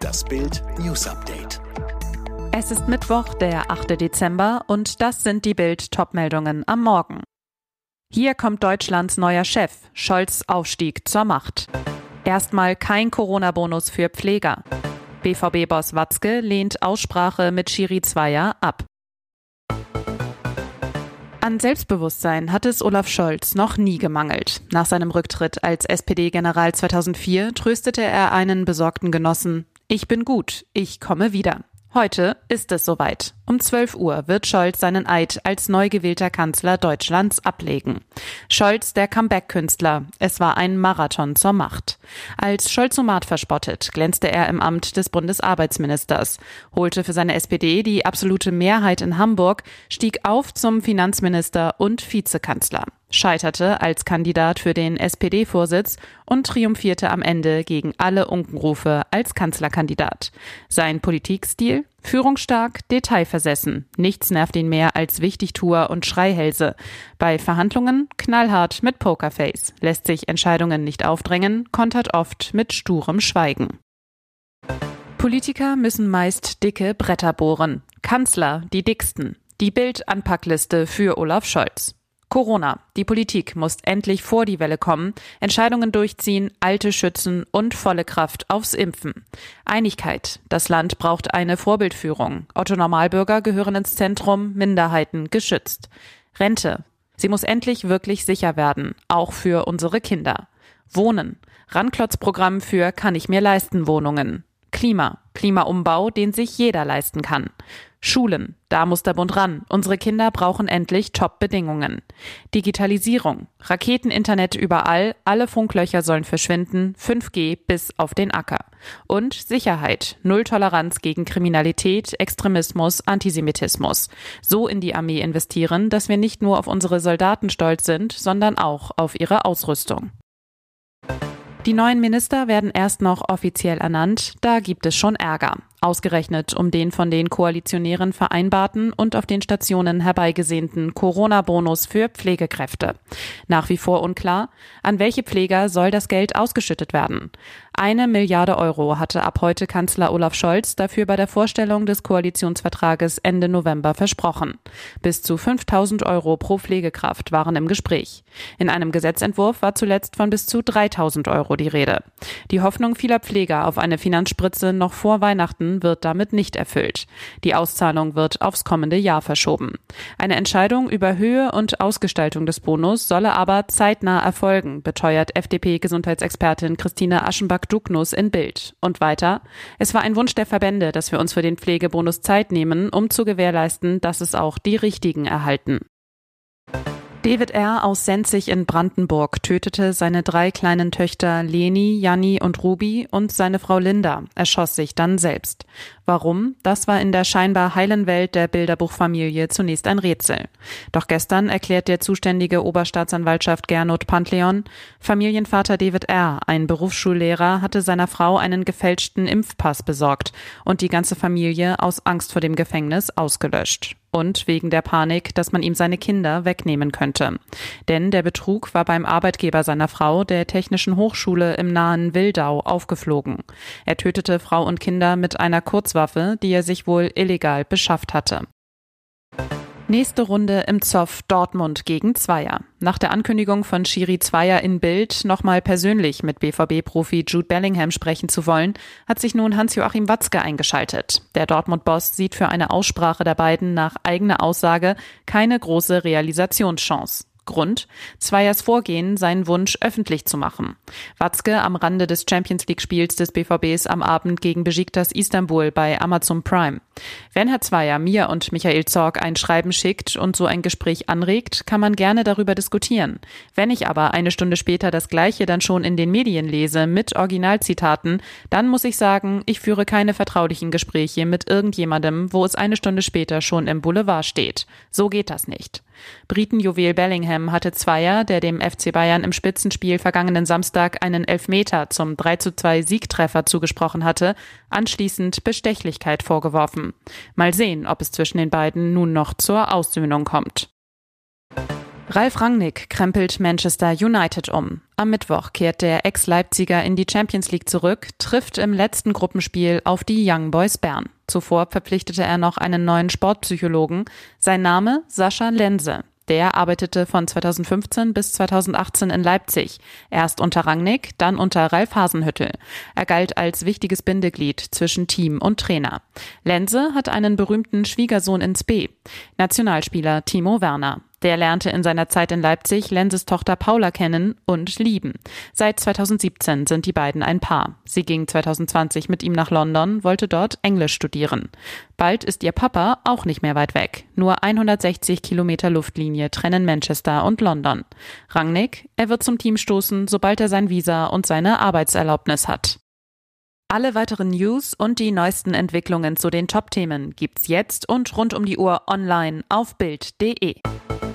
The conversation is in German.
Das Bild News Update. Es ist Mittwoch, der 8. Dezember und das sind die Bild-Top-Meldungen am Morgen. Hier kommt Deutschlands neuer Chef, Scholz Aufstieg zur Macht. Erstmal kein Corona-Bonus für Pfleger. BVB-Boss Watzke lehnt Aussprache mit Schiri Zweier ab. An Selbstbewusstsein hat es Olaf Scholz noch nie gemangelt. Nach seinem Rücktritt als SPD-General 2004 tröstete er einen besorgten Genossen: Ich bin gut, ich komme wieder. Heute ist es soweit. Um 12 Uhr wird Scholz seinen Eid als neu gewählter Kanzler Deutschlands ablegen. Scholz, der Comeback-Künstler. Es war ein Marathon zur Macht. Als Scholzomat verspottet, glänzte er im Amt des Bundesarbeitsministers, holte für seine SPD die absolute Mehrheit in Hamburg, stieg auf zum Finanzminister und Vizekanzler, scheiterte als Kandidat für den SPD-Vorsitz und triumphierte am Ende gegen alle Unkenrufe als Kanzlerkandidat. Sein Politikstil? Führungsstark, detailversessen. Nichts nervt ihn mehr als Wichtigtuer und Schreihälse. Bei Verhandlungen knallhart mit Pokerface, lässt sich Entscheidungen nicht aufdrängen, kontert oft mit sturem Schweigen. Politiker müssen meist dicke Bretter bohren. Kanzler die dicksten. Die Bild-Anpackliste für Olaf Scholz. Corona. Die Politik muss endlich vor die Welle kommen, Entscheidungen durchziehen, Alte schützen und volle Kraft aufs Impfen. Einigkeit. Das Land braucht eine Vorbildführung. Otto-Normalbürger gehören ins Zentrum, Minderheiten geschützt. Rente. Sie muss endlich wirklich sicher werden, auch für unsere Kinder. Wohnen. Ranklotzprogramm für Kann-ich-mir-leisten-Wohnungen. Klimaumbau, den sich jeder leisten kann. Schulen, da muss der Bund ran. Unsere Kinder brauchen endlich Top-Bedingungen. Digitalisierung, Raketeninternet überall, alle Funklöcher sollen verschwinden, 5G bis auf den Acker. Und Sicherheit, Null Toleranz gegen Kriminalität, Extremismus, Antisemitismus. So in die Armee investieren, dass wir nicht nur auf unsere Soldaten stolz sind, sondern auch auf ihre Ausrüstung. Die neuen Minister werden erst noch offiziell ernannt, da gibt es schon Ärger. Ausgerechnet um den von den Koalitionären vereinbarten und auf den Stationen herbeigesehnten Corona-Bonus für Pflegekräfte. Nach wie vor unklar, an welche Pfleger soll das Geld ausgeschüttet werden. 1 Milliarde Euro hatte ab heute Kanzler Olaf Scholz dafür bei der Vorstellung des Koalitionsvertrages Ende November versprochen. Bis zu 5.000 Euro pro Pflegekraft waren im Gespräch. In einem Gesetzentwurf war zuletzt von bis zu 3.000 Euro die Rede. Die Hoffnung vieler Pfleger auf eine Finanzspritze noch vor Weihnachten wird damit nicht erfüllt. Die Auszahlung wird aufs kommende Jahr verschoben. Eine Entscheidung über Höhe und Ausgestaltung des Bonus solle aber zeitnah erfolgen, beteuert FDP-Gesundheitsexpertin Christine Aschenbach-Dugnus in Bild. Und weiter: Es war ein Wunsch der Verbände, dass wir uns für den Pflegebonus Zeit nehmen, um zu gewährleisten, dass es auch die Richtigen erhalten. David R. aus Senzig in Brandenburg tötete seine 3 kleinen Töchter Leni, Janni und Ruby und seine Frau Linda, erschoss sich dann selbst. Warum? Das war in der scheinbar heilen Welt der Bilderbuchfamilie zunächst ein Rätsel. Doch gestern erklärt der zuständige Oberstaatsanwaltschaft Gernot Pantleon: Familienvater David R., ein Berufsschullehrer, hatte seiner Frau einen gefälschten Impfpass besorgt und die ganze Familie aus Angst vor dem Gefängnis ausgelöscht. Und wegen der Panik, dass man ihm seine Kinder wegnehmen könnte. Denn der Betrug war beim Arbeitgeber seiner Frau, der Technischen Hochschule im nahen Wildau, aufgeflogen. Er tötete Frau und Kinder mit einer Kurzwaffe, die er sich wohl illegal beschafft hatte. Nächste Runde im Zoff Dortmund gegen Zweier. Nach der Ankündigung von Schiri Zweier in Bild, nochmal persönlich mit BVB-Profi Jude Bellingham sprechen zu wollen, hat sich nun Hans-Joachim Watzke eingeschaltet. Der Dortmund-Boss sieht für eine Aussprache der beiden nach eigener Aussage keine große Realisationschance. Grund: Zweiers Vorgehen, seinen Wunsch öffentlich zu machen. Watzke am Rande des Champions-League-Spiels des BVBs am Abend gegen Besiktas Istanbul bei Amazon Prime. Wenn Herr Zweier mir und Michael Zorc ein Schreiben schickt und so ein Gespräch anregt, kann man gerne darüber diskutieren. Wenn ich aber eine Stunde später das Gleiche dann schon in den Medien lese mit Originalzitaten, dann muss ich sagen, ich führe keine vertraulichen Gespräche mit irgendjemandem, wo es eine Stunde später schon im Boulevard steht. So geht das nicht. Britenjuwel Bellingham hatte Zweier, der dem FC Bayern im Spitzenspiel vergangenen Samstag einen Elfmeter zum 3:2 Siegtreffer zugesprochen hatte, anschließend Bestechlichkeit vorgeworfen. Mal sehen, ob es zwischen den beiden nun noch zur Aussöhnung kommt. Ralf Rangnick krempelt Manchester United um. Am Mittwoch kehrt der Ex-Leipziger in die Champions League zurück, trifft im letzten Gruppenspiel auf die Young Boys Bern. Zuvor verpflichtete er noch einen neuen Sportpsychologen. Sein Name Sascha Lense. Der arbeitete von 2015 bis 2018 in Leipzig. Erst unter Rangnick, dann unter Ralf Hasenhüttl. Er galt als wichtiges Bindeglied zwischen Team und Trainer. Lense hat einen berühmten Schwiegersohn in Spee. Nationalspieler Timo Werner. Der lernte in seiner Zeit in Leipzig Lenses Tochter Paula kennen und lieben. Seit 2017 sind die beiden ein Paar. Sie ging 2020 mit ihm nach London, wollte dort Englisch studieren. Bald ist ihr Papa auch nicht mehr weit weg. Nur 160 Kilometer Luftlinie trennen Manchester und London. Rangnick, er wird zum Team stoßen, sobald er sein Visa und seine Arbeitserlaubnis hat. Alle weiteren News und die neuesten Entwicklungen zu den Top-Themen gibt's jetzt und rund um die Uhr online auf Bild.de.